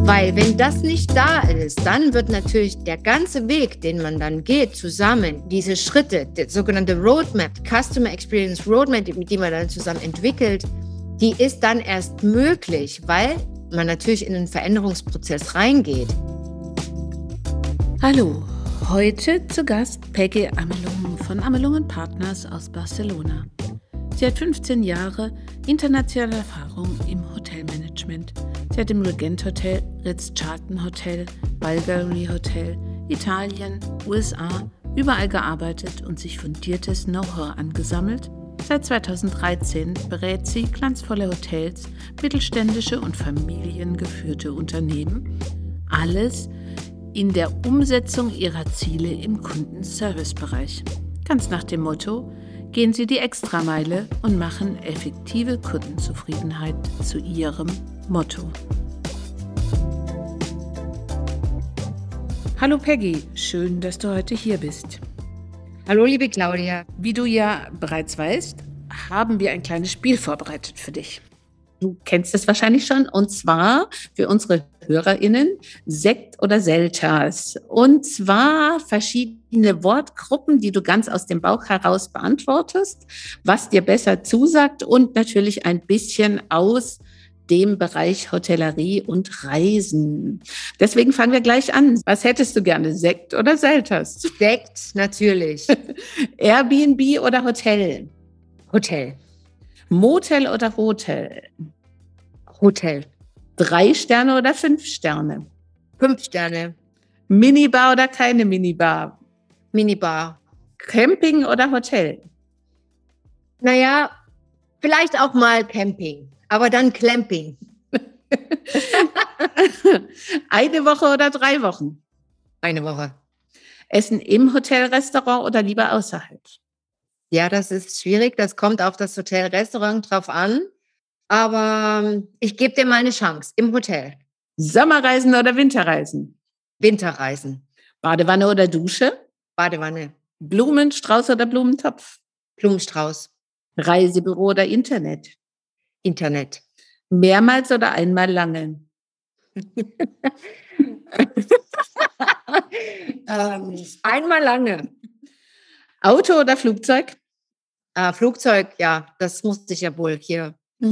Weil wenn das nicht da ist, dann wird natürlich der ganze Weg, den man dann geht, zusammen, diese Schritte, die sogenannte Roadmap, Customer Experience Roadmap, die man dann zusammen entwickelt, die ist dann erst möglich, weil man natürlich in einen Veränderungsprozess reingeht. Hallo, heute zu Gast Peggy Amelung von Amelung & Partners aus Barcelona. Sie hat 15 Jahre internationale Erfahrung im Hotelmanagement. Sie hat im Regent Hotel, Ritz-Carlton Hotel, Bulgari Hotel, Italien, USA überall gearbeitet und sich fundiertes Know-how angesammelt. Seit 2013 berät sie glanzvolle Hotels, mittelständische und familiengeführte Unternehmen. Alles in der Umsetzung ihrer Ziele im Kundenservicebereich. Ganz nach dem Motto: Gehen Sie die Extrameile und machen effektive Kundenzufriedenheit zu Ihrem Motto. Hallo Peggy, schön, dass du heute hier bist. Hallo liebe Claudia. Wie du ja bereits weißt, haben wir ein kleines Spiel vorbereitet für dich. Du kennst es wahrscheinlich schon, und zwar für unsere HörerInnen Sekt oder Selters. Und zwar verschiedene Wortgruppen, die du ganz aus dem Bauch heraus beantwortest, was dir besser zusagt, und natürlich ein bisschen aus dem Bereich Hotellerie und Reisen. Deswegen fangen wir gleich an. Was hättest du gerne, Sekt oder Selters? Sekt, natürlich. Airbnb oder Hotel? Hotel. Motel oder Hotel? Hotel. 3 Sterne oder 5 Sterne? 5 Sterne. Minibar oder keine Minibar? Minibar. Camping oder Hotel? Naja, vielleicht auch mal Camping, aber dann Clamping. 1 Woche oder 3 Wochen? 1 Woche. Essen im Hotelrestaurant oder lieber außerhalb? Ja, das ist schwierig. Das kommt auf das Hotel-Restaurant drauf an. Aber ich gebe dir mal eine Chance. Im Hotel. Sommerreisen oder Winterreisen? Winterreisen. Badewanne oder Dusche? Badewanne. Blumenstrauß oder Blumentopf? Blumenstrauß. Reisebüro oder Internet? Internet. Mehrmals oder einmal lange? Einmal lange. Auto oder Flugzeug? Flugzeug, ja, das musste ich ja wohl hier.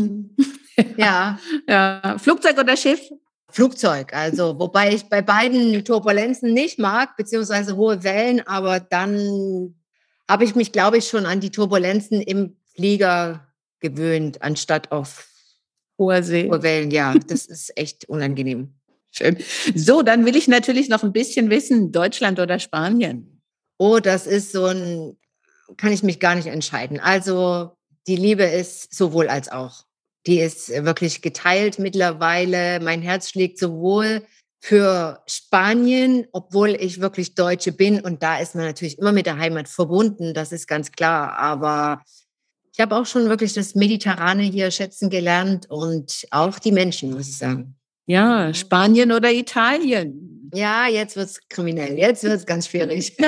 Ja. Ja. Flugzeug oder Schiff? Flugzeug, also wobei ich bei beiden Turbulenzen nicht mag, beziehungsweise hohe Wellen, aber dann habe ich mich, glaube ich, schon an die Turbulenzen im Flieger gewöhnt, anstatt auf hohe See. Hohe Wellen. Ja, das ist echt unangenehm. Schön. So, dann will ich natürlich noch ein bisschen wissen, Deutschland oder Spanien? Oh, das ist kann ich mich gar nicht entscheiden. Also die Liebe ist sowohl als auch. Die ist wirklich geteilt mittlerweile. Mein Herz schlägt sowohl für Spanien, obwohl ich wirklich Deutsche bin. Und da ist man natürlich immer mit der Heimat verbunden, das ist ganz klar. Aber ich habe auch schon wirklich das Mediterrane hier schätzen gelernt und auch die Menschen, muss ich sagen. Ja, Spanien oder Italien? Ja, jetzt wird's kriminell. Jetzt wird's ganz schwierig.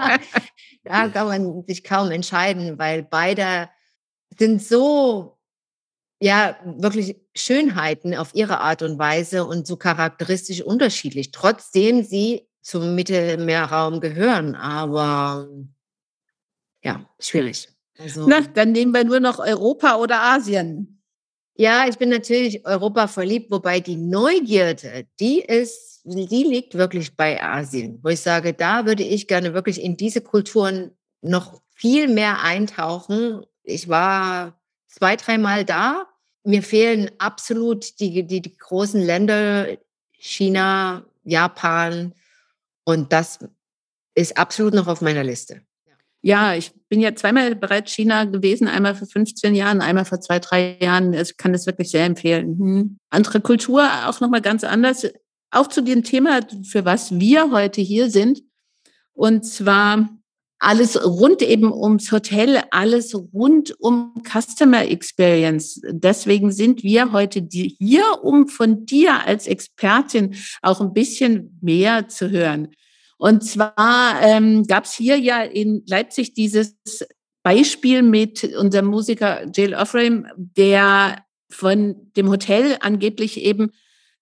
Da kann man sich kaum entscheiden, weil beide sind so, ja, wirklich Schönheiten auf ihre Art und Weise und so charakteristisch unterschiedlich, trotzdem sie zum Mittelmeerraum gehören. Aber ja, schwierig. Also, Na, dann nehmen wir nur noch Europa oder Asien. ja, ich bin natürlich Europa verliebt, wobei die Neugierde, die liegt wirklich bei Asien, wo ich sage, da würde ich gerne wirklich in diese Kulturen noch viel mehr eintauchen. Ich war 2, 3 Mal da. Mir fehlen absolut die großen Länder, China, Japan, und das ist absolut noch auf meiner Liste. Ja, ich bin ja 2-mal bereits China gewesen, einmal vor 15 Jahren, einmal vor 2, 3 Jahren. Ich kann das wirklich sehr empfehlen. Andere Kultur, auch nochmal ganz anders. Auch zu dem Thema, für was wir heute hier sind. Und zwar alles rund eben ums Hotel, alles rund um Customer Experience. Deswegen sind wir heute hier, um von dir als Expertin auch ein bisschen mehr zu hören. Und zwar gab es hier ja in Leipzig dieses Beispiel mit unserem Musiker Jill Oframe, der von dem Hotel angeblich eben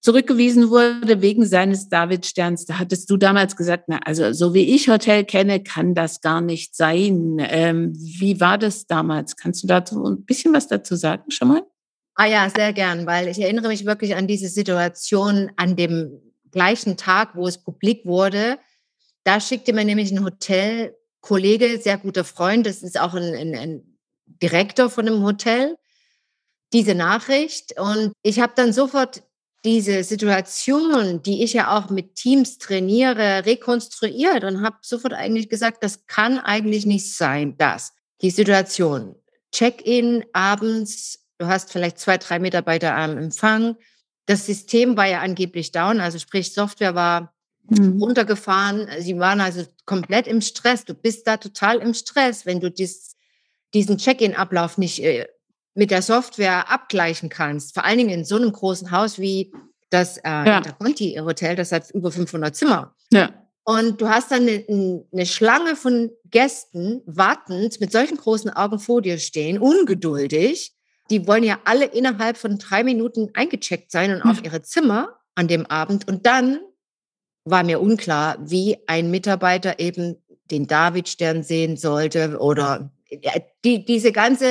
zurückgewiesen wurde wegen seines Davidsterns. Da hattest du damals gesagt, na, also so wie ich Hotel kenne, kann das gar nicht sein. Wie war das damals? Kannst du dazu ein bisschen was dazu sagen schon mal? Ah ja, sehr gern, weil ich erinnere mich wirklich an diese Situation an dem gleichen Tag, wo es publik wurde. Da schickte mir nämlich ein Hotelkollege, sehr guter Freund, das ist auch ein Direktor von einem Hotel, diese Nachricht. Und ich habe dann sofort diese Situation, die ich ja auch mit Teams trainiere, rekonstruiert und habe sofort eigentlich gesagt, das kann eigentlich nicht sein, dass die Situation, Check-in abends, du hast vielleicht 2, 3 Mitarbeiter am Empfang. Das System war ja angeblich down, also sprich Software war runtergefahren. Sie waren also komplett im Stress. Du bist da total im Stress, wenn du diesen Check-in-Ablauf nicht mit der Software abgleichen kannst. Vor allen Dingen in so einem großen Haus wie das Interconti Hotel, das hat über 500 Zimmer. Ja. Und du hast dann eine Schlange von Gästen wartend mit solchen großen Augen vor dir stehen, ungeduldig. Die wollen ja alle innerhalb von 3 Minuten eingecheckt sein und auf ihre Zimmer an dem Abend. Und dann war mir unklar, wie ein Mitarbeiter eben den Davidstern sehen sollte oder diesen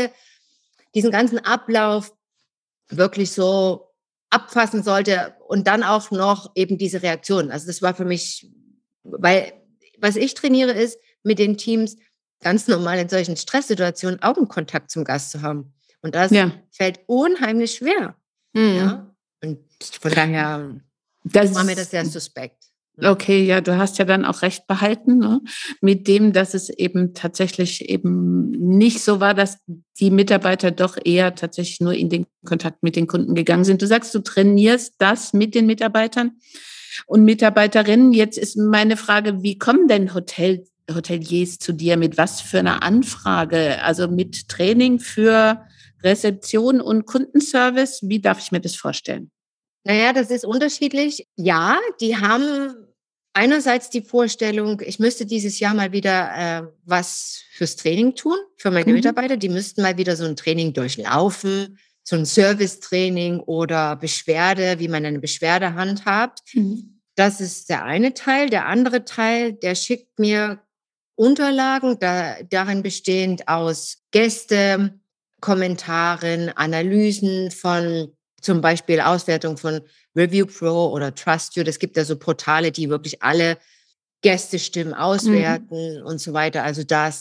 ganzen Ablauf wirklich so abfassen sollte und dann auch noch eben diese Reaktion. Also das war für mich, weil was ich trainiere ist, mit den Teams ganz normal in solchen Stresssituationen Augenkontakt zum Gast zu haben. Und das fällt unheimlich schwer. Ja? Und von daher war mir das sehr suspekt. Okay, ja, du hast ja dann auch recht behalten, ne? Mit dem, dass es eben tatsächlich eben nicht so war, dass die Mitarbeiter doch eher tatsächlich nur in den Kontakt mit den Kunden gegangen sind. Du sagst, du trainierst das mit den Mitarbeitern und Mitarbeiterinnen. Jetzt ist meine Frage, wie kommen denn Hoteliers zu dir? Mit was für einer Anfrage? Also mit Training für Rezeption und Kundenservice? Wie darf ich mir das vorstellen? Naja, das ist unterschiedlich. Ja, die haben einerseits die Vorstellung, ich müsste dieses Jahr mal wieder was fürs Training tun, für meine Mitarbeiter. Die müssten mal wieder so ein Training durchlaufen, so ein Servicetraining oder Beschwerde, wie man eine Beschwerde handhabt. Das ist der eine Teil. Der andere Teil, der schickt mir Unterlagen, darin bestehend aus Gäste, Kommentaren, Analysen von zum Beispiel Auswertung von Review Pro oder TrustYou. Es gibt ja so Portale, die wirklich alle Gästestimmen auswerten und so weiter. Also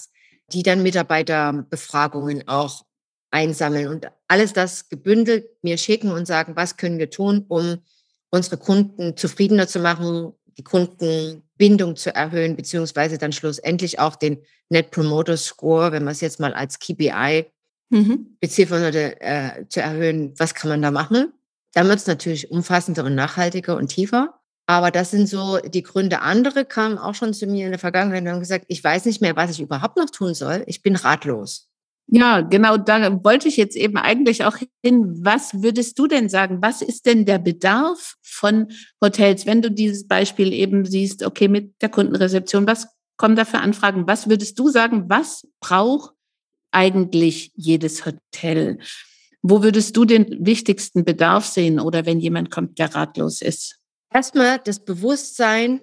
die dann Mitarbeiterbefragungen auch einsammeln und alles das gebündelt mir schicken und sagen, was können wir tun, um unsere Kunden zufriedener zu machen, die Kundenbindung zu erhöhen, beziehungsweise dann schlussendlich auch den Net Promoter Score, wenn man es jetzt mal als KPI beziffern würde, zu erhöhen, was kann man da machen? Dann wird es natürlich umfassender und nachhaltiger und tiefer. Aber das sind so die Gründe. Andere kamen auch schon zu mir in der Vergangenheit und haben gesagt, ich weiß nicht mehr, was ich überhaupt noch tun soll. Ich bin ratlos. Ja, genau, da wollte ich jetzt eben eigentlich auch hin. Was würdest du denn sagen? Was ist denn der Bedarf von Hotels, wenn du dieses Beispiel eben siehst, okay, mit der Kundenrezeption, was kommen da für Anfragen? Was würdest du sagen, was braucht eigentlich jedes Hotel? Wo würdest du den wichtigsten Bedarf sehen oder wenn jemand kommt, der ratlos ist? Erstmal das Bewusstsein,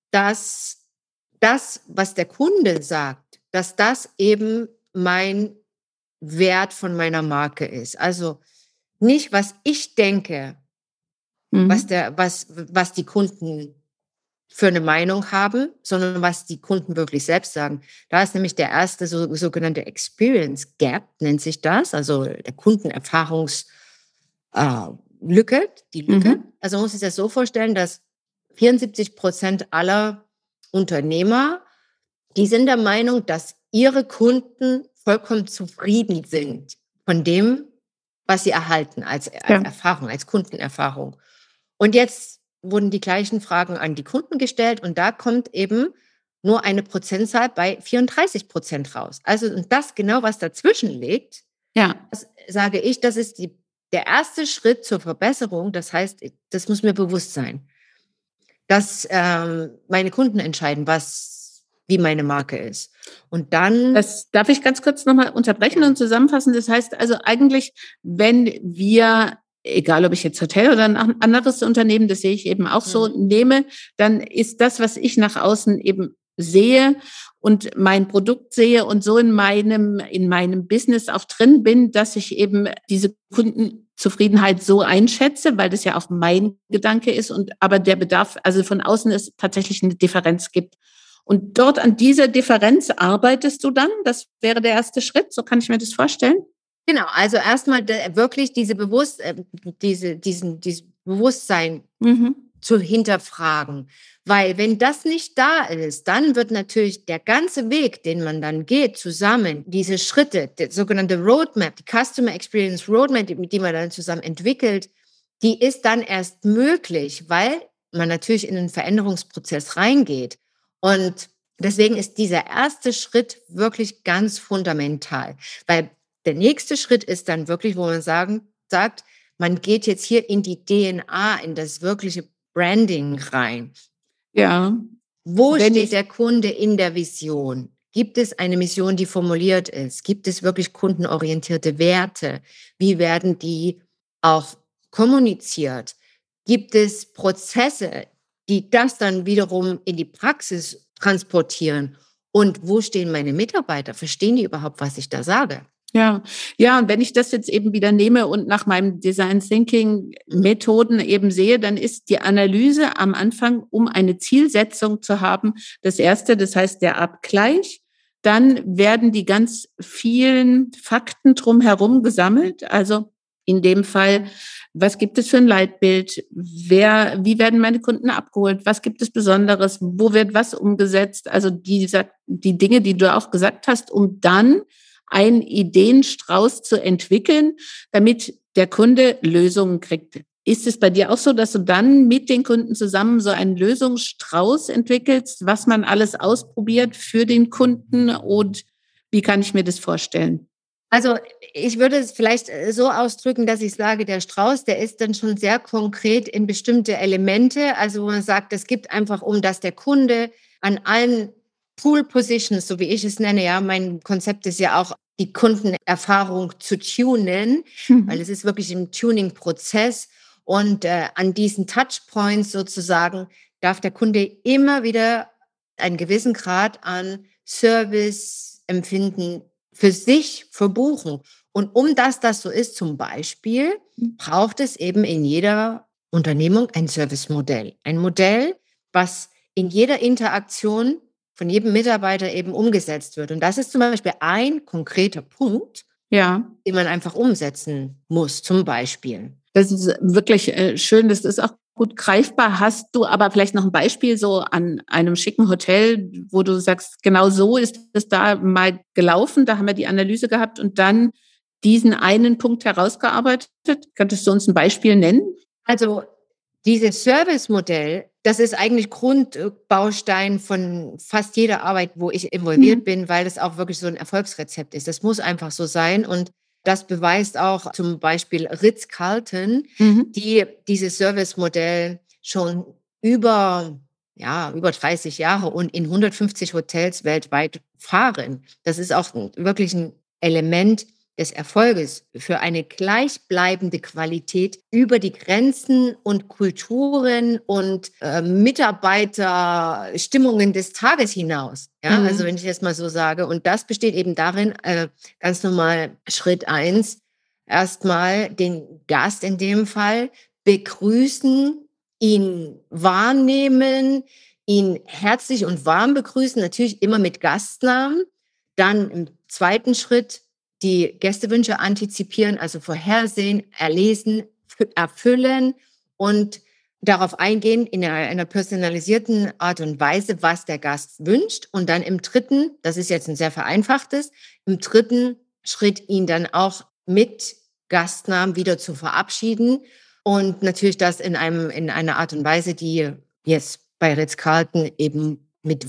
dass das, was der Kunde sagt, dass das eben mein Wert von meiner Marke ist. Also nicht, was ich denke, was die Kunden für eine Meinung haben, sondern was die Kunden wirklich selbst sagen. Da ist nämlich der erste sogenannte Experience Gap, nennt sich das, also der Kundenerfahrungslücke, die Lücke. Also man muss sich das so vorstellen, dass 74% aller Unternehmer, die sind der Meinung, dass ihre Kunden vollkommen zufrieden sind von dem, was sie erhalten als Erfahrung, als Kundenerfahrung. Und jetzt wurden die gleichen Fragen an die Kunden gestellt und da kommt eben nur eine Prozentzahl bei 34% raus. Also und das genau, was dazwischen liegt, das sage ich, das ist der erste Schritt zur Verbesserung. Das heißt, das muss mir bewusst sein, dass meine Kunden entscheiden, wie meine Marke ist. Und dann... Das darf ich ganz kurz nochmal unterbrechen und zusammenfassen. Das heißt also eigentlich, wenn wir egal ob ich jetzt Hotel oder ein anderes Unternehmen, das sehe ich eben auch so, nehme, dann ist das, was ich nach außen eben sehe und mein Produkt sehe und so in meinem Business auch drin bin, dass ich eben diese Kundenzufriedenheit so einschätze, weil das ja auch mein Gedanke ist und aber der Bedarf, also von außen es tatsächlich eine Differenz gibt. Und dort an dieser Differenz arbeitest du dann? Das wäre der erste Schritt, so kann ich mir das vorstellen? Genau, also erstmal wirklich dieses Bewusstsein zu hinterfragen. Weil wenn das nicht da ist, dann wird natürlich der ganze Weg, den man dann geht, zusammen, diese Schritte, die sogenannte Roadmap, die Customer Experience Roadmap, die man dann zusammen entwickelt, die ist dann erst möglich, weil man natürlich in einen Veränderungsprozess reingeht. Und deswegen ist dieser erste Schritt wirklich ganz fundamental, weil der nächste Schritt ist dann wirklich, wo man sagt, man geht jetzt hier in die DNA, in das wirkliche Branding rein. Ja. Wo steht der Kunde in der Vision? Gibt es eine Mission, die formuliert ist? Gibt es wirklich kundenorientierte Werte? Wie werden die auch kommuniziert? Gibt es Prozesse, die das dann wiederum in die Praxis transportieren? Und wo stehen meine Mitarbeiter? Verstehen die überhaupt, was ich da sage? Ja, ja, und wenn ich das jetzt eben wieder nehme und nach meinem Design Thinking Methoden eben sehe, dann ist die Analyse am Anfang, um eine Zielsetzung zu haben, das erste, das heißt der Abgleich. Dann werden die ganz vielen Fakten drumherum gesammelt. Also in dem Fall, was gibt es für ein Leitbild? Wie werden meine Kunden abgeholt? Was gibt es Besonderes? Wo wird was umgesetzt? Also die Dinge, die du auch gesagt hast, um dann einen Ideenstrauß zu entwickeln, damit der Kunde Lösungen kriegt. Ist es bei dir auch so, dass du dann mit den Kunden zusammen so einen Lösungsstrauß entwickelst, was man alles ausprobiert für den Kunden und wie kann ich mir das vorstellen? Also ich würde es vielleicht so ausdrücken, dass ich sage, der Strauß, der ist dann schon sehr konkret in bestimmte Elemente. Also wo man sagt, es gibt einfach, um dass der Kunde an allen Pool Positions, so wie ich es nenne, ja, mein Konzept ist ja auch, die Kundenerfahrung zu tunen, weil es ist wirklich ein Tuning-Prozess. Und an diesen Touchpoints sozusagen darf der Kunde immer wieder einen gewissen Grad an Service empfinden für sich verbuchen. Und um das so ist, zum Beispiel, braucht es eben in jeder Unternehmung ein Servicemodell. Ein Modell, was in jeder Interaktion von jedem Mitarbeiter eben umgesetzt wird. Und das ist zum Beispiel ein konkreter Punkt, Ja, den man einfach umsetzen muss, zum Beispiel. das ist wirklich schön. Das ist auch gut greifbar. Hast du aber vielleicht noch ein Beispiel so an einem schicken Hotel, wo du sagst, genau so ist es da mal gelaufen, da haben wir die Analyse gehabt und dann diesen einen Punkt herausgearbeitet? Könntest du uns ein Beispiel nennen? Also dieses Servicemodell, das ist eigentlich Grundbaustein von fast jeder Arbeit, wo ich involviert bin, weil das auch wirklich so ein Erfolgsrezept ist. Das muss einfach so sein und das beweist auch zum Beispiel Ritz-Carlton, die dieses Servicemodell schon über 30 Jahre und in 150 Hotels weltweit fahren. Das ist auch wirklich ein Element des Erfolges für eine gleichbleibende Qualität über die Grenzen und Kulturen und Mitarbeiterstimmungen des Tages hinaus. Ja, also wenn ich das mal so sage. Und das besteht eben darin, ganz normal Schritt 1, erstmal den Gast in dem Fall begrüßen, ihn wahrnehmen, ihn herzlich und warm begrüßen, natürlich immer mit Gastnamen. Dann im zweiten Schritt die Gästewünsche antizipieren, also vorhersehen, erlesen, erfüllen und darauf eingehen in einer personalisierten Art und Weise, was der Gast wünscht. Und dann im dritten, das ist jetzt ein sehr vereinfachtes, im dritten Schritt ihn dann auch mit Gastnamen wieder zu verabschieden. Und natürlich das in einer Art und Weise, die jetzt bei Ritz-Carlton eben with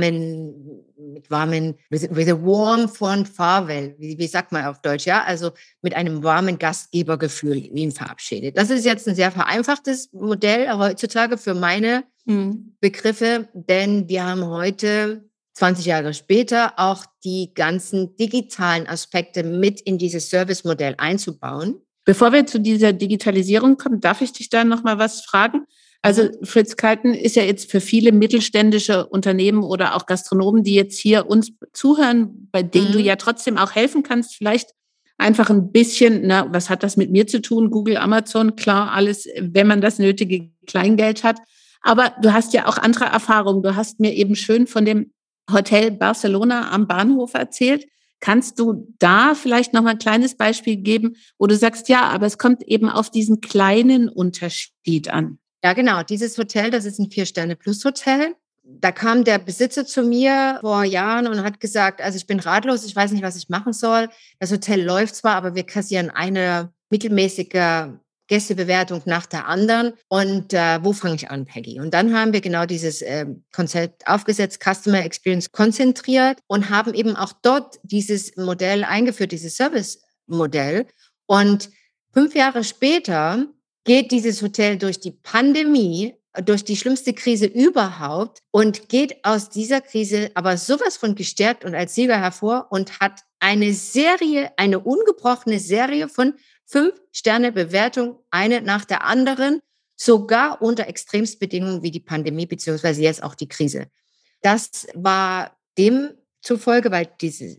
a warm front farewell, wie sagt man auf Deutsch, ja, also mit einem warmen Gastgebergefühl ihn verabschiedet. Das ist jetzt ein sehr vereinfachtes Modell heutzutage für meine Begriffe, denn wir haben heute 20 Jahre später auch die ganzen digitalen Aspekte mit in dieses Servicemodell einzubauen. Bevor wir zu dieser Digitalisierung kommen, darf ich dich da noch mal was fragen? Also Fritz Carlton ist ja jetzt für viele mittelständische Unternehmen oder auch Gastronomen, die jetzt hier uns zuhören, bei denen du ja trotzdem auch helfen kannst, vielleicht einfach ein bisschen, was hat das mit mir zu tun? Google, Amazon, klar, alles, wenn man das nötige Kleingeld hat. Aber du hast ja auch andere Erfahrungen. Du hast mir eben schön von dem Hotel Barcelona am Bahnhof erzählt. Kannst du da vielleicht noch mal ein kleines Beispiel geben, wo du sagst, ja, aber es kommt eben auf diesen kleinen Unterschied an? Ja, genau. Dieses Hotel, das ist ein 4-Sterne-Plus-Hotel. Da kam der Besitzer zu mir vor Jahren und hat gesagt, also ich bin ratlos, ich weiß nicht, was ich machen soll. Das Hotel läuft zwar, aber wir kassieren eine mittelmäßige Gästebewertung nach der anderen. Und wo fange ich an, Peggy? Und dann haben wir genau dieses Konzept aufgesetzt, Customer Experience konzentriert und haben eben auch dort dieses Modell eingeführt, dieses Service-Modell. Und 5 Jahre später geht dieses Hotel durch die Pandemie, durch die schlimmste Krise überhaupt und geht aus dieser Krise aber sowas von gestärkt und als Sieger hervor und hat eine Serie, eine ungebrochene Serie von 5-Sterne-Bewertungen, eine nach der anderen, sogar unter Extremstbedingungen wie die Pandemie beziehungsweise jetzt auch die Krise. Das war demzufolge, weil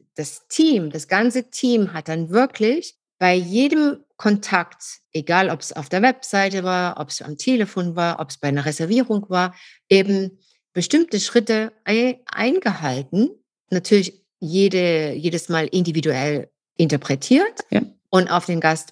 das ganze Team hat dann wirklich bei jedem Kontakt, egal ob es auf der Webseite war, ob es am Telefon war, ob es bei einer Reservierung war, eben bestimmte Schritte eingehalten. Natürlich jedes Mal individuell interpretiert und auf den Gast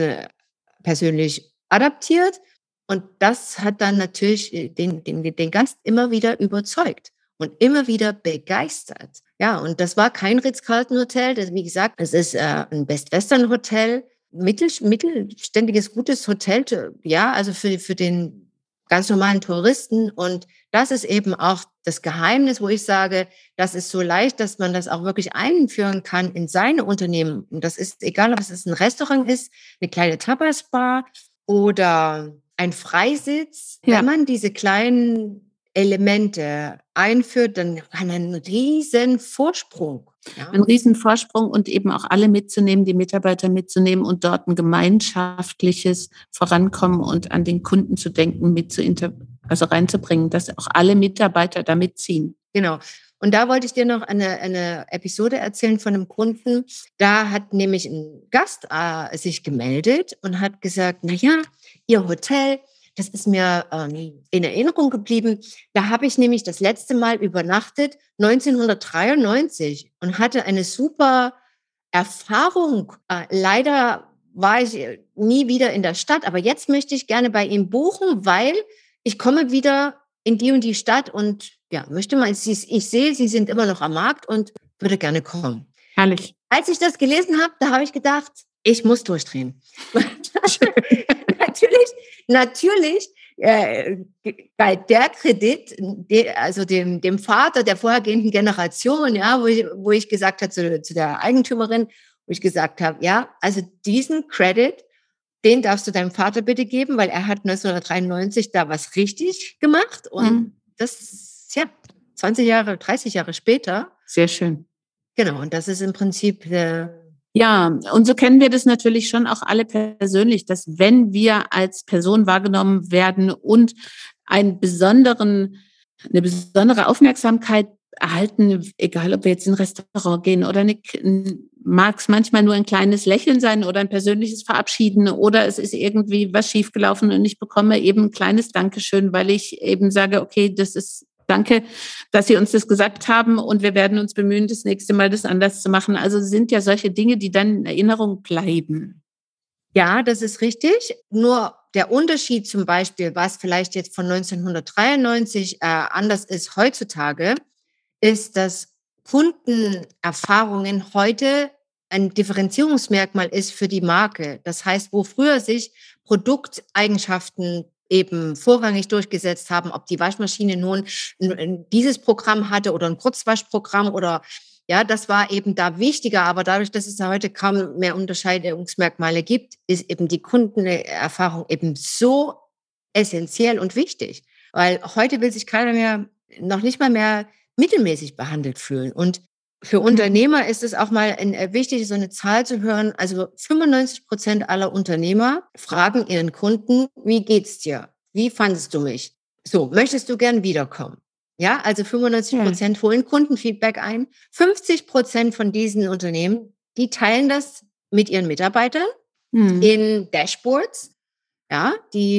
persönlich adaptiert. Und das hat dann natürlich den Gast immer wieder überzeugt und immer wieder begeistert. Ja, und das war kein Ritz-Carlton-Hotel. Das, wie gesagt, es ist ein Best-Western-Hotel, mittelständiges, gutes Hotel, ja, also für den ganz normalen Touristen. Und das ist eben auch das Geheimnis, wo ich sage, das ist so leicht, dass man das auch wirklich einführen kann in seine Unternehmen. Und das ist egal, ob es ein Restaurant ist, eine kleine Tapas-Bar oder ein Freisitz. Ja. Wenn man diese kleinen Elemente einführt, dann kann ein riesen Vorsprung. Ja. Ein Riesenvorsprung und eben auch alle mitzunehmen, die Mitarbeiter mitzunehmen und dort ein gemeinschaftliches Vorankommen und an den Kunden zu denken, also reinzubringen, dass auch alle Mitarbeiter da mitziehen. Genau. Und da wollte ich dir noch eine Episode erzählen von einem Kunden. Da hat nämlich ein Gast sich gemeldet und hat gesagt, na ja, Ihr Hotel, das ist mir in Erinnerung geblieben. Da habe ich nämlich das letzte Mal übernachtet, 1993, und hatte eine super Erfahrung. Leider war ich nie wieder in der Stadt, aber jetzt möchte ich gerne bei ihm buchen, weil ich komme wieder in die und die Stadt und ja, möchte mal, ich sehe, Sie sind immer noch am Markt und würde gerne kommen. Herrlich. Als ich das gelesen habe, da habe ich gedacht, ich muss durchdrehen. Natürlich galt der Kredit, also dem Vater der vorhergehenden Generation, ja, wo ich gesagt habe zu der Eigentümerin, wo ich gesagt habe, ja, also diesen Credit, den darfst du deinem Vater bitte geben, weil er hat 1993 da was richtig gemacht und das, ja, 20 Jahre, 30 Jahre später. Sehr schön. Genau, und das ist im Prinzip ja, und so kennen wir das natürlich schon auch alle persönlich, dass wenn wir als Person wahrgenommen werden und eine besondere Aufmerksamkeit erhalten, egal ob wir jetzt in ein Restaurant gehen oder mag es manchmal nur ein kleines Lächeln sein oder ein persönliches Verabschieden oder es ist irgendwie was schiefgelaufen und ich bekomme eben ein kleines Dankeschön, weil ich eben sage, okay, danke, dass Sie uns das gesagt haben und wir werden uns bemühen, das nächste Mal das anders zu machen. Also sind ja solche Dinge, die dann in Erinnerung bleiben. Ja, das ist richtig. Nur der Unterschied zum Beispiel, was vielleicht jetzt von 1993 anders ist heutzutage, ist, dass Kundenerfahrungen heute ein Differenzierungsmerkmal ist für die Marke. Das heißt, wo früher sich Produkteigenschaften eben vorrangig durchgesetzt haben, ob die Waschmaschine nun dieses Programm hatte oder ein Kurzwaschprogramm oder ja, das war eben da wichtiger. Aber dadurch, dass es heute kaum mehr Unterscheidungsmerkmale gibt, ist eben die Kundenerfahrung eben so essentiell und wichtig. Weil heute will sich keiner mehr, noch nicht mal mehr mittelmäßig behandelt fühlen. Und Für Unternehmer ist es auch mal wichtig, so eine Zahl zu hören. Also 95% aller Unternehmer fragen ihren Kunden, wie geht's dir? Wie fandest du mich? So, möchtest du gern wiederkommen? Ja, also 95% holen Kundenfeedback ein. 50% von diesen Unternehmen, die teilen das mit ihren Mitarbeitern in Dashboards. Ja,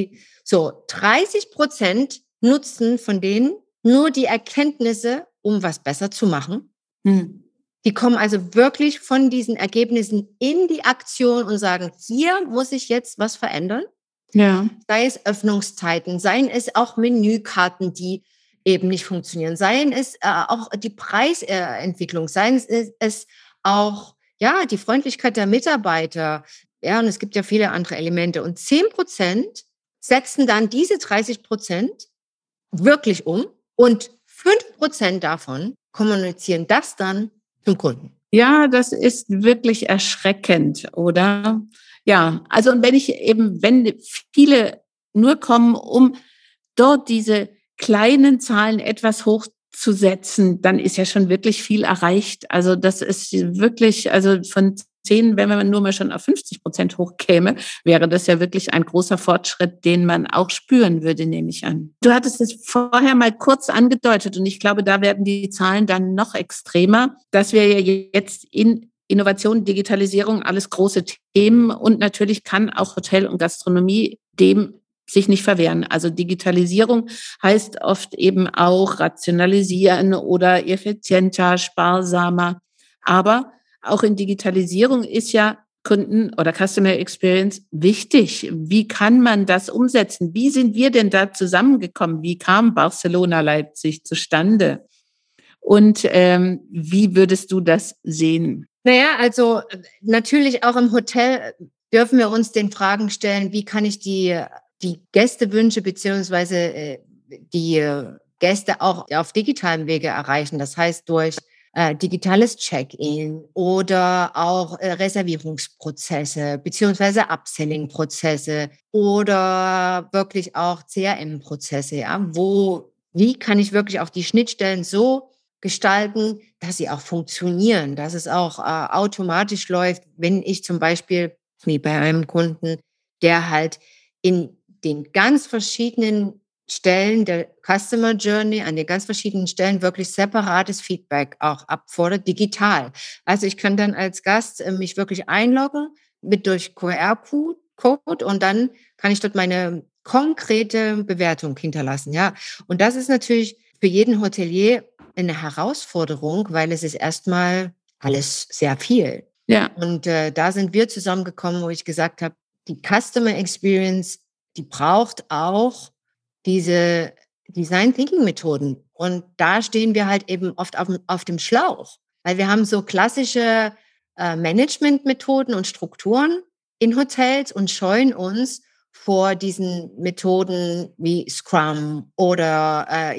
30% nutzen von denen nur die Erkenntnisse, um was besser zu machen. Die kommen also wirklich von diesen Ergebnissen in die Aktion und sagen, hier muss ich jetzt was verändern. Ja. Sei es Öffnungszeiten, seien es auch Menükarten, die eben nicht funktionieren, seien es auch die Preisentwicklung, seien es auch die Freundlichkeit der Mitarbeiter. Ja, und es gibt ja viele andere Elemente. Und 10% setzen dann diese 30% wirklich um und 5% davon kommunizieren das dann zum Kunden. Ja, das ist wirklich erschreckend, oder? Ja, also und wenn viele nur kommen, um dort diese kleinen Zahlen etwas hochzusetzen, dann ist ja schon wirklich viel erreicht. Also das ist wirklich, also von 10, wenn man nur mal schon auf 50% hochkäme, wäre das ja wirklich ein großer Fortschritt, den man auch spüren würde, nehme ich an. Du hattest es vorher mal kurz angedeutet und ich glaube, da werden die Zahlen dann noch extremer, dass wir ja jetzt in Innovation, Digitalisierung, alles große Themen und natürlich kann auch Hotel und Gastronomie dem sich nicht verwehren. Also Digitalisierung heißt oft eben auch rationalisieren oder effizienter, sparsamer. Aber auch in Digitalisierung ist ja Kunden- oder Customer Experience wichtig. Wie kann man das umsetzen? Wie sind wir denn da zusammengekommen? Wie kam Barcelona Leipzig zustande? Und wie würdest du das sehen? Naja, also natürlich auch im Hotel dürfen wir uns den Fragen stellen, wie kann ich die Gästewünsche beziehungsweise die Gäste auch auf digitalem Wege erreichen. Das heißt durch digitales Check-in oder auch Reservierungsprozesse beziehungsweise Upselling-Prozesse oder wirklich auch CRM-Prozesse. Ja? Wie kann ich wirklich auch die Schnittstellen so gestalten, dass sie auch funktionieren, dass es auch automatisch läuft, wenn ich zum Beispiel, wie bei einem Kunden, der halt in den ganz verschiedenen Stellen der Customer Journey, an den ganz verschiedenen Stellen wirklich separates Feedback auch abfordert, digital. Also ich kann dann als Gast mich wirklich einloggen durch QR-Code und dann kann ich dort meine konkrete Bewertung hinterlassen. Ja, und das ist natürlich für jeden Hotelier eine Herausforderung, weil es ist erstmal alles sehr viel. Ja. Und da sind wir zusammengekommen, wo ich gesagt habe, die Customer Experience, die braucht auch diese Design Thinking Methoden. Und da stehen wir halt eben oft auf dem Schlauch, weil wir haben so klassische Management Methoden und Strukturen in Hotels und scheuen uns vor diesen Methoden wie Scrum oder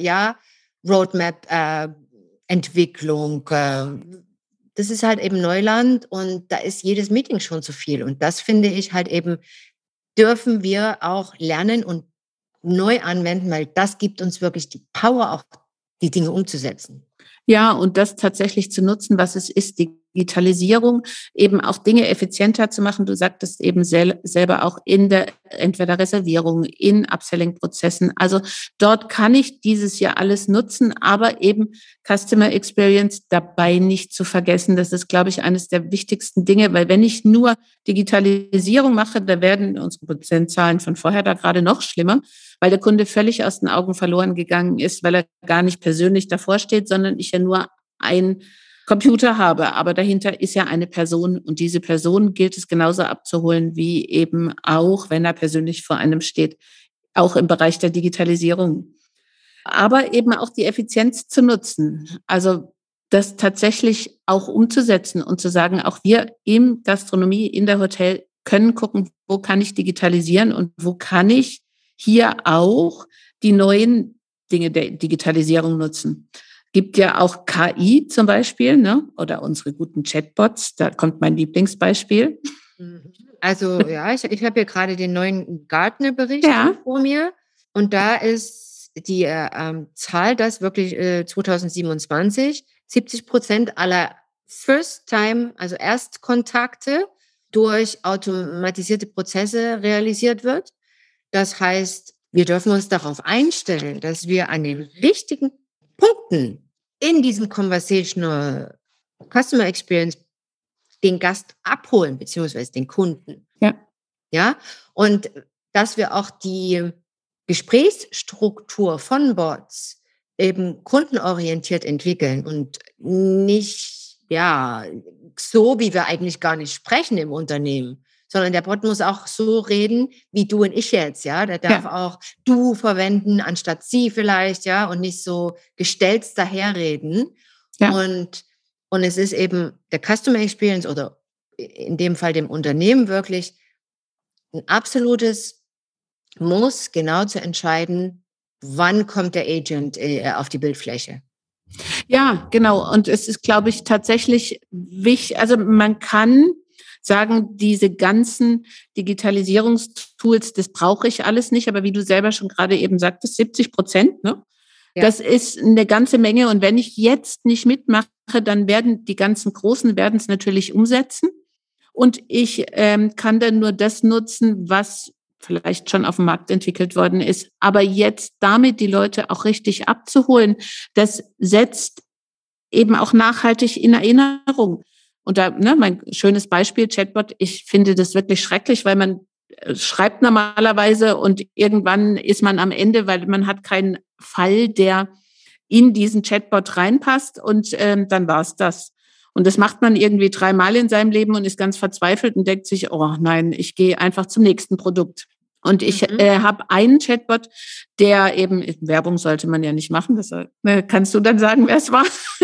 Roadmap-Entwicklung. Das ist halt eben Neuland und da ist jedes Meeting schon zu viel. Und das finde ich halt eben, dürfen wir auch lernen und neu anwenden, weil das gibt uns wirklich die Power, auch die Dinge umzusetzen. Ja, und das tatsächlich zu nutzen, was es ist, Digitalisierung, eben auch Dinge effizienter zu machen. Du sagtest eben selber auch in der entweder Reservierung, in Upselling-Prozessen. Also dort kann ich dieses Jahr alles nutzen, aber eben Customer Experience dabei nicht zu vergessen. Das ist, glaube ich, eines der wichtigsten Dinge, weil wenn ich nur Digitalisierung mache, da werden unsere Prozentzahlen von vorher da gerade noch schlimmer, weil der Kunde völlig aus den Augen verloren gegangen ist, weil er gar nicht persönlich davor steht, sondern ich ja nur ein Computer habe. Aber dahinter ist ja eine Person und diese Person gilt es genauso abzuholen, wie eben auch, wenn er persönlich vor einem steht, auch im Bereich der Digitalisierung. Aber eben auch die Effizienz zu nutzen. Also das tatsächlich auch umzusetzen und zu sagen, auch wir in Gastronomie, in der Hotel können gucken, wo kann ich digitalisieren und wo kann ich hier auch die neuen Dinge der Digitalisierung nutzen. Gibt ja auch KI zum Beispiel, ne? Oder unsere guten Chatbots. Da kommt mein Lieblingsbeispiel. Also ja, ich habe hier gerade den neuen Gartner-Bericht vor mir und da ist die Zahl, dass wirklich 2027 70% aller First-Time, also Erstkontakte, durch automatisierte Prozesse realisiert wird. Das heißt, wir dürfen uns darauf einstellen, dass wir an den richtigen Punkten in diesem Conversational Customer Experience den Gast abholen, beziehungsweise den Kunden. Ja, und dass wir auch die Gesprächsstruktur von Bots eben kundenorientiert entwickeln und nicht, so wie wir eigentlich gar nicht sprechen im Unternehmen, sondern der Bot muss auch so reden, wie du und ich jetzt, ja. Der darf auch du verwenden, anstatt sie vielleicht, ja, und nicht so gestelzt daherreden. Ja. Und es ist eben der Customer Experience oder in dem Fall dem Unternehmen wirklich ein absolutes Muss, genau zu entscheiden, wann kommt der Agent auf die Bildfläche. Ja, genau. Und es ist, glaube ich, tatsächlich wichtig, also man kann sagen, diese ganzen Digitalisierungstools, das brauche ich alles nicht, aber wie du selber schon gerade eben sagtest, 70%, ne? Ja. Das ist eine ganze Menge. Und wenn ich jetzt nicht mitmache, dann werden die ganzen Großen es natürlich umsetzen. Und ich kann dann nur das nutzen, was vielleicht schon auf dem Markt entwickelt worden ist. Aber jetzt damit die Leute auch richtig abzuholen, das setzt eben auch nachhaltig in Erinnerung. Und da, mein schönes Beispiel, Chatbot, ich finde das wirklich schrecklich, weil man schreibt normalerweise und irgendwann ist man am Ende, weil man hat keinen Fall, der in diesen Chatbot reinpasst und dann war es das. Und das macht man irgendwie 3-mal in seinem Leben und ist ganz verzweifelt und denkt sich, oh nein, ich gehe einfach zum nächsten Produkt. Und ich habe einen Chatbot, der eben, Werbung sollte man ja nicht machen, das kannst du dann sagen, wer es war,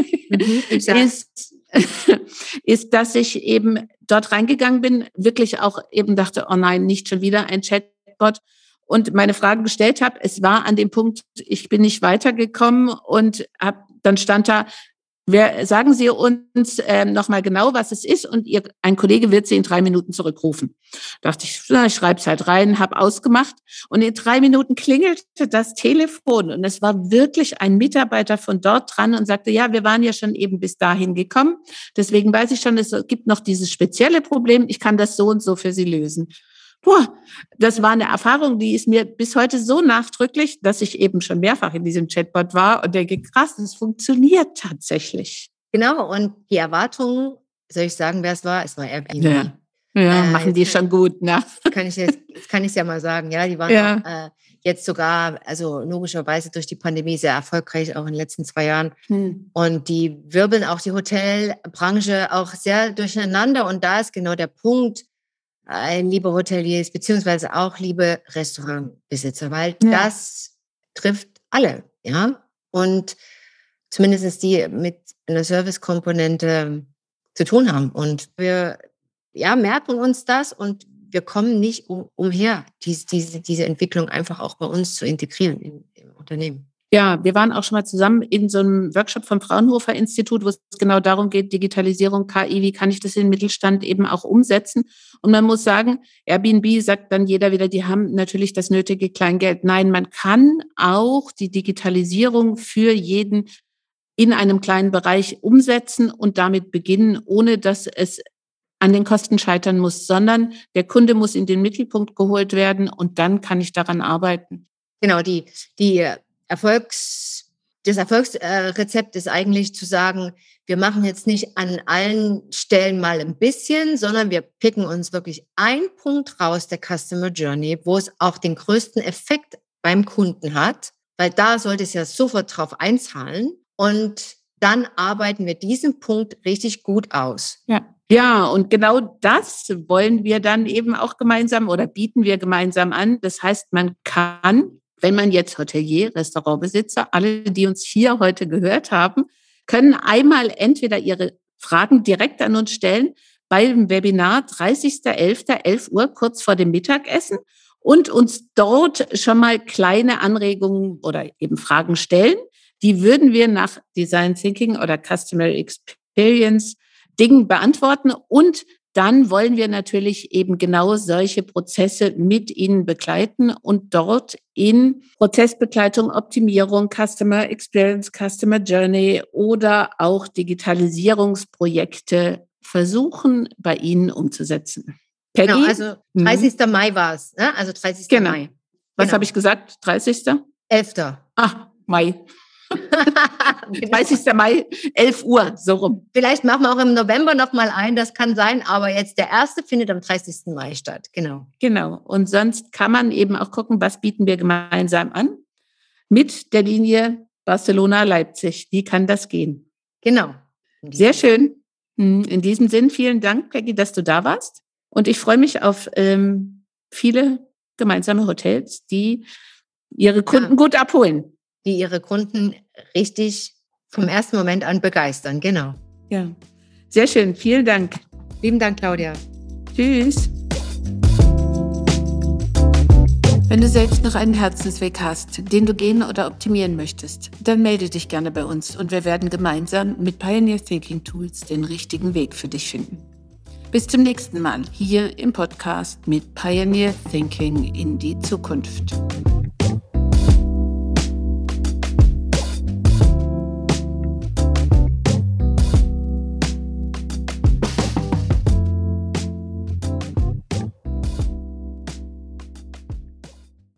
ist, dass ich eben dort reingegangen bin, wirklich auch eben dachte, oh nein, nicht schon wieder ein Chatbot. Und meine Frage gestellt habe, es war an dem Punkt, ich bin nicht weitergekommen und dann stand da, sagen Sie uns nochmal genau, was es ist und ein Kollege wird Sie in 3 Minuten zurückrufen. Dachte ich, ich schreibe es halt rein, habe ausgemacht und in 3 Minuten klingelte das Telefon und es war wirklich ein Mitarbeiter von dort dran und sagte, ja, wir waren ja schon eben bis dahin gekommen, deswegen weiß ich schon, es gibt noch dieses spezielle Problem, ich kann das so und so für Sie lösen. Das war eine Erfahrung, die ist mir bis heute so nachdrücklich, dass ich eben schon mehrfach in diesem Chatbot war und denke, krass, das funktioniert tatsächlich. Genau, und die Erwartungen, soll ich sagen, wer es war? Es war Airbnb. Ja, machen die schon gut, ne? Jetzt kann ich es ja mal sagen, ja, die waren auch, jetzt sogar, also logischerweise durch die Pandemie sehr erfolgreich, auch in den letzten 2 Jahren. Und die wirbeln auch die Hotelbranche auch sehr durcheinander und da ist genau der Punkt, liebe Hoteliers, beziehungsweise auch liebe Restaurantbesitzer, weil das trifft alle, ja. Und zumindest die mit einer Service-Komponente zu tun haben. Und wir merken uns das und wir kommen nicht umher, diese Entwicklung einfach auch bei uns zu integrieren im Unternehmen. Ja, wir waren auch schon mal zusammen in so einem Workshop vom Fraunhofer Institut, wo es genau darum geht, Digitalisierung, KI, wie kann ich das in den Mittelstand eben auch umsetzen? Und man muss sagen, Airbnb sagt dann jeder wieder, die haben natürlich das nötige Kleingeld. Nein, man kann auch die Digitalisierung für jeden in einem kleinen Bereich umsetzen und damit beginnen, ohne dass es an den Kosten scheitern muss, sondern der Kunde muss in den Mittelpunkt geholt werden und dann kann ich daran arbeiten. Genau, das Erfolgsrezept ist eigentlich zu sagen, wir machen jetzt nicht an allen Stellen mal ein bisschen, sondern wir picken uns wirklich einen Punkt raus der Customer Journey, wo es auch den größten Effekt beim Kunden hat, weil da sollte es ja sofort drauf einzahlen und dann arbeiten wir diesen Punkt richtig gut aus. Ja, und genau das wollen wir dann eben auch gemeinsam oder bieten wir gemeinsam an. Das heißt, man kann, wenn man jetzt Hotelier, Restaurantbesitzer, alle, die uns hier heute gehört haben, können einmal entweder ihre Fragen direkt an uns stellen beim Webinar 30.11., 11 Uhr, kurz vor dem Mittagessen und uns dort schon mal kleine Anregungen oder eben Fragen stellen. Die würden wir nach Design Thinking oder Customer Experience Dingen beantworten und dann wollen wir natürlich eben genau solche Prozesse mit Ihnen begleiten und dort in Prozessbegleitung, Optimierung, Customer Experience, Customer Journey oder auch Digitalisierungsprojekte versuchen, bei Ihnen umzusetzen. Peggy? Genau, also 30. Mai war es, ne? Also 30. Genau. Mai. Was habe ich gesagt? 30.? 11. Ach, Mai. 30. Mai, 11 Uhr, so rum. Vielleicht machen wir auch im November nochmal ein, das kann sein, aber jetzt der erste findet am 30. Mai statt, genau. Genau, und sonst kann man eben auch gucken, was bieten wir gemeinsam an mit der Linie Barcelona-Leipzig. Wie kann das gehen? Genau. Sehr schön. In diesem Sinn, vielen Dank, Peggy, dass du da warst. Und ich freue mich auf viele gemeinsame Hotels, die ihre Kunden gut abholen. Die ihre Kunden richtig vom ersten Moment an begeistern, genau. Ja, sehr schön. Vielen Dank. Lieben Dank, Claudia. Tschüss. Wenn du selbst noch einen Herzensweg hast, den du gehen oder optimieren möchtest, dann melde dich gerne bei uns und wir werden gemeinsam mit Pioneer Thinking Tools den richtigen Weg für dich finden. Bis zum nächsten Mal hier im Podcast mit Pioneer Thinking in die Zukunft.